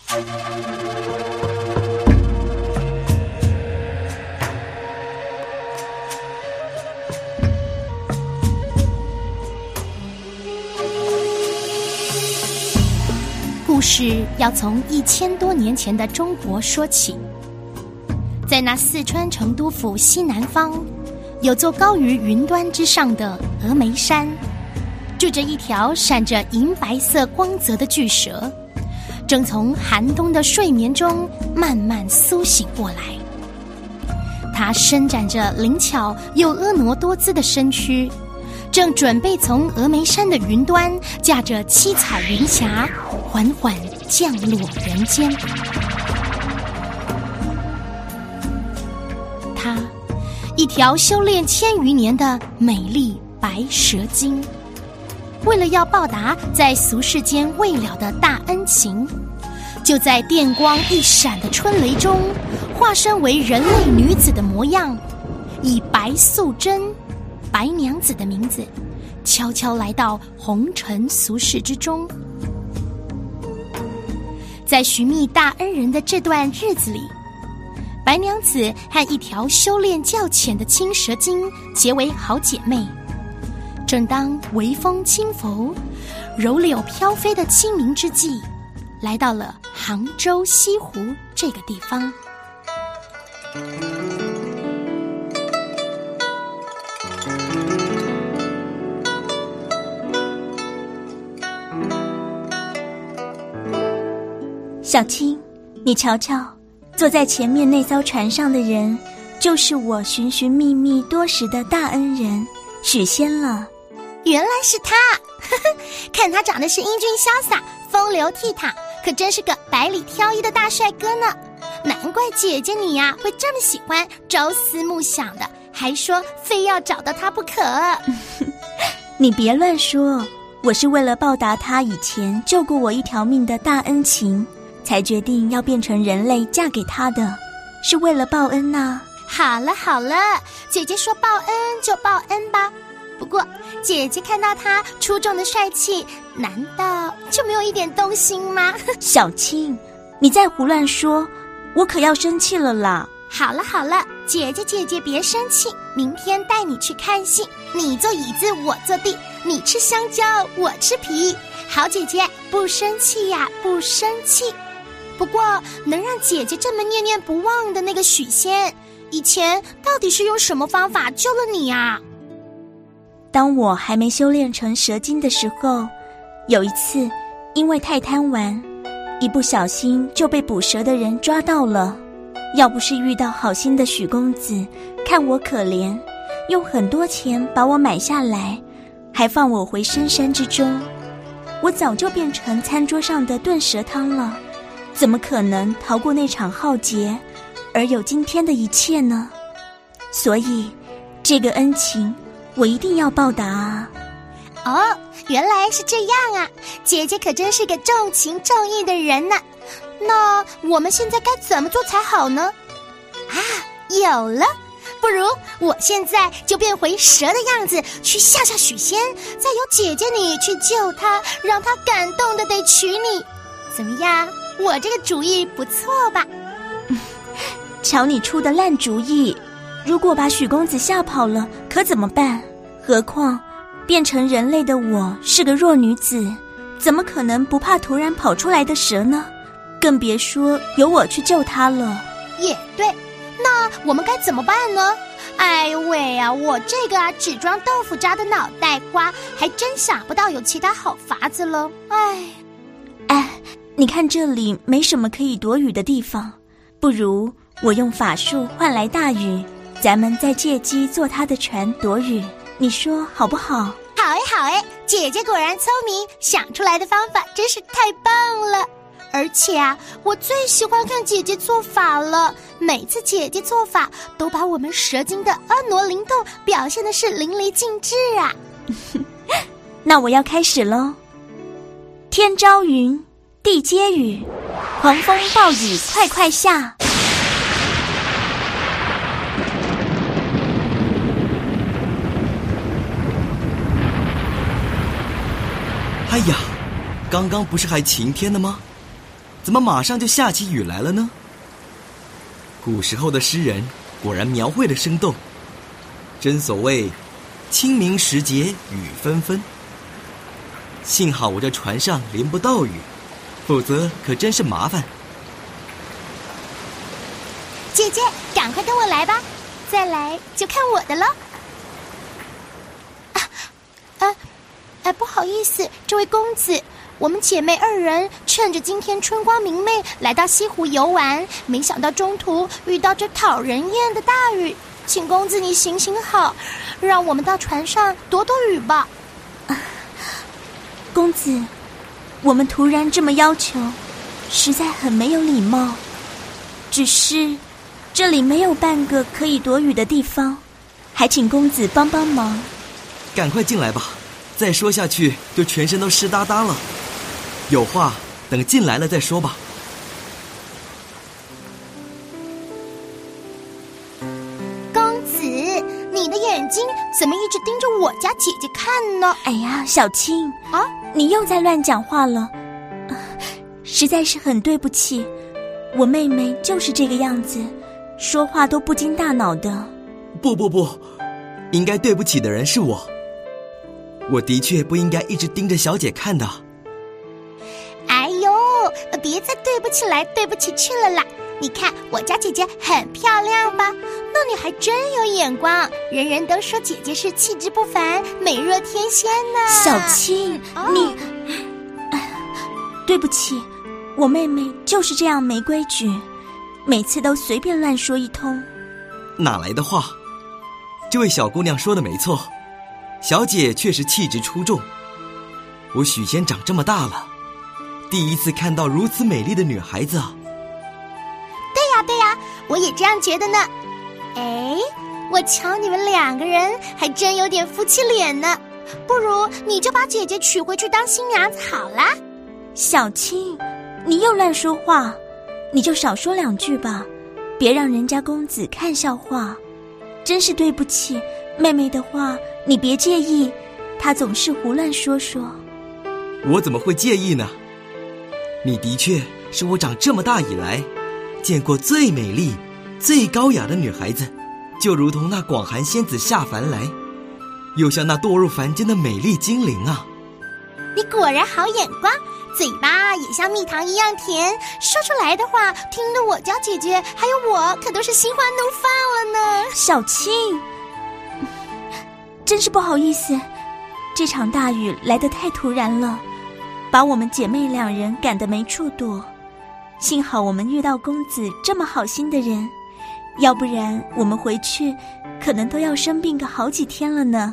故事要从1000多年前的中国说起。在那四川成都府西南方，有座高于云端之上的峨眉山，住着一条闪着银白色光泽的巨蛇，正从寒冬的睡眠中慢慢苏醒过来。它伸展着灵巧又婀娜多姿的身躯，正准备从峨眉山的云端驾着七彩云霞缓缓降落人间。它，一条修炼1000余年的美丽白蛇精，为了要报答在俗世间未了的大恩情，就在电光一闪的春雷中，化身为人类女子的模样，以白素贞、白娘子的名字，悄悄来到红尘俗世之中。在寻觅大恩人的这段日子里，白娘子和一条修炼较浅的青蛇精结为好姐妹。正当微风轻拂、柔柳飘飞的清明之际，来到了杭州西湖这个地方。 小青，你瞧瞧，坐在前面那艘船上的人，就是我寻寻觅觅多时的大恩人许仙了。 原来是他，看他长得是英俊潇洒、风流倜傥，可真是个百里挑一的大帅哥呢。难怪姐姐你呀会这么喜欢，朝思暮想的，还说非要找到他不可。 你别乱说，我是为了报答他以前救过我一条命的大恩情，才决定要变成人类嫁给他的，是为了报恩啊。 好了好了，姐姐说报恩就报恩吧。不过姐姐看到他出众的帅气，难道就没有一点动心吗？ 小青，你再胡乱说，我可要生气了啦。 好了好了，姐姐别生气，明天带你去看戏，你坐椅子我坐地，你吃香蕉我吃皮。好姐姐，不生气呀，不生气。不过能让姐姐这么念念不忘的那个许仙，以前到底是用什么方法救了你啊？ 当我还没修炼成蛇精的时候，有一次因为太贪玩，一不小心就被捕蛇的人抓到了。要不是遇到好心的许公子，看我可怜，用很多钱把我买下来，还放我回深山之中，我早就变成餐桌上的炖蛇汤了，怎么可能逃过那场浩劫，而有今天的一切呢？所以这个恩情我一定要报答啊。 哦，原来是这样啊，姐姐可真是个重情重义的人呢。那我们现在该怎么做才好呢？啊，有了，不如我现在就变回蛇的样子去吓吓许仙，再由姐姐你去救他，让他感动的得娶你。怎么样，我这个主意不错吧？ 瞧你出的烂主意，如果把许公子吓跑了可怎么办？何况变成人类的我是个弱女子，怎么可能不怕突然跑出来的蛇呢？更别说由我去救他了。 也对，那我们该怎么办呢？哎喂啊，我这个只装豆腐渣的脑袋瓜，还真想不到有其他好法子了。 哎，你看这里没什么可以躲雨的地方，不如我用法术换来大雨，咱们再借机坐他的船躲雨，你说好不好？ 好哎，姐姐果然聪明，想出来的方法真是太棒了。而且啊，我最喜欢看姐姐做法了，每次姐姐做法都把我们蛇精的婀娜灵动表现的是淋漓尽致啊。 那我要开始咯。天朝云，地接雨，狂风暴雨快快下。 哎呀，刚刚不是还晴天的吗？ 怎么马上就下起雨来了呢？古时候的诗人果然描绘得生动，真所谓清明时节雨纷纷。幸好我这船上淋不到雨，否则可真是麻烦。 姐姐，赶快跟我来吧，再来就看我的了。不好意思，这位公子，我们姐妹2人趁着今天春光明媚来到西湖游玩，没想到中途遇到这讨人厌的大雨，请公子你行行好，让我们到船上躲躲雨吧。 公子，我们突然这么要求，实在很没有礼貌。只是这里没有半个可以躲雨的地方，还请公子帮帮忙。 赶快进来吧，再说下去就全身都湿哒哒了。有话等进来了再说吧。 公子，你的眼睛怎么一直盯着我家姐姐看呢？ 哎呀，小青啊， 你又在乱讲话了，实在是很对不起，我妹妹就是这个样子，说话都不经大脑的。 不，应该对不起的人是我。我的确不应该一直盯着小姐看的。 哎呦，别再对不起来对不起去了啦！你看我家姐姐很漂亮吧？那你还真有眼光，人人都说姐姐是气质不凡，美若天仙呢。 小青，你，对不起，我妹妹就是这样没规矩，每次都随便乱说一通。 哪来的话？这位小姑娘说的没错，小姐确实气质出众。我许仙长这么大了，第一次看到如此美丽的女孩子啊。 对呀，我也这样觉得呢。哎，我瞧你们2个人还真有点夫妻脸呢，不如你就把姐姐娶回去当新娘子好啦。 小青，你又乱说话，你就少说2句吧，别让人家公子看笑话。真是对不起，妹妹的话你别介意，她总是胡乱说说。 我怎么会介意呢？你的确是我长这么大以来见过最美丽最高雅的女孩子，就如同那广寒仙子下凡来，又像那堕入凡间的美丽精灵啊。 你果然好眼光，嘴巴也像蜜糖一样甜，说出来的话听得我家姐姐还有我可都是心花怒放了呢。 小青，真是不好意思，这场大雨来得太突然了，把我们姐妹2人赶得没处躲。幸好我们遇到公子这么好心的人，要不然我们回去可能都要生病个好几天了呢。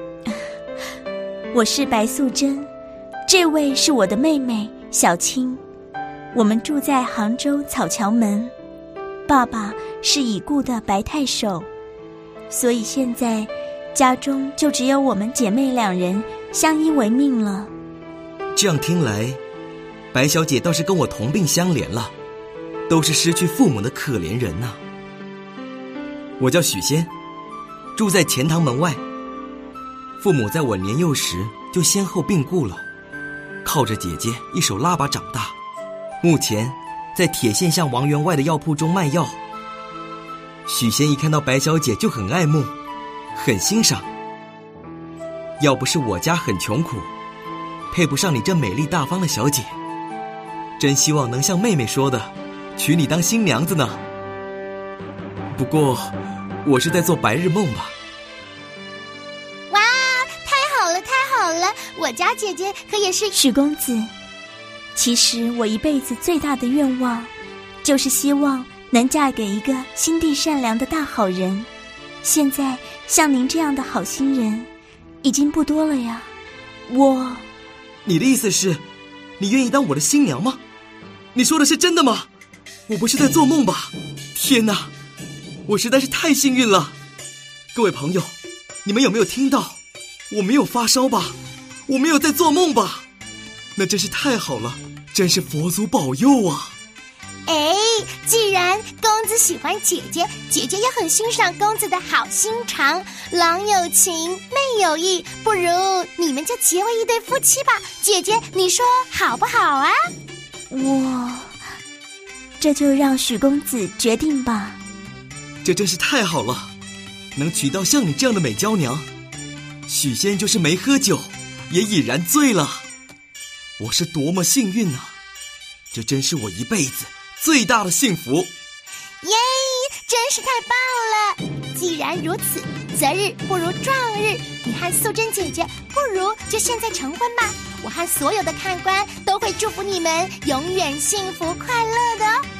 我是白素贞，这位是我的妹妹小青，我们住在杭州草桥门，爸爸是已故的白太守，所以现在家中就只有我们姐妹2人相依为命了。 这样听来，白小姐倒是跟我同病相怜了，都是失去父母的可怜人呐。我叫许仙，住在钱塘门外。父母在我年幼时就先后病故了，靠着姐姐一手拉拔长大，目前在铁线巷王员外的药铺中卖药。许仙一看到白小姐就很爱慕，很欣赏。要不是我家很穷苦，配不上你这美丽大方的小姐，真希望能像妹妹说的，娶你当新娘子呢。不过我是在做白日梦吧。 哇，太好了，我家姐姐可也是。 许公子，其实我一辈子最大的愿望就是希望能嫁给一个心地善良的大好人，现在像您这样的好心人已经不多了呀。 你的意思是你愿意当我的新娘吗？你说的是真的吗？我不是在做梦吧？天哪，我实在是太幸运了。各位朋友，你们有没有听到？我没有发烧吧？我没有在做梦吧？那真是太好了，真是佛祖保佑啊。 哎，既然公子喜欢姐姐，姐姐也很欣赏公子的好心肠，郎有情妹有意，不如你们就结为一对夫妻吧。姐姐你说好不好啊？ 这就让许公子决定吧。 这真是太好了，能娶到像你这样的美娇娘。许仙就是没喝酒，也已然醉了。我是多么幸运啊！这真是我一辈子最大的幸福。 耶，真是太棒了！既然如此，择日不如撞日，你和素贞姐姐不如就现在成婚吧。我和所有的看官都会祝福你们永远幸福快乐的哦。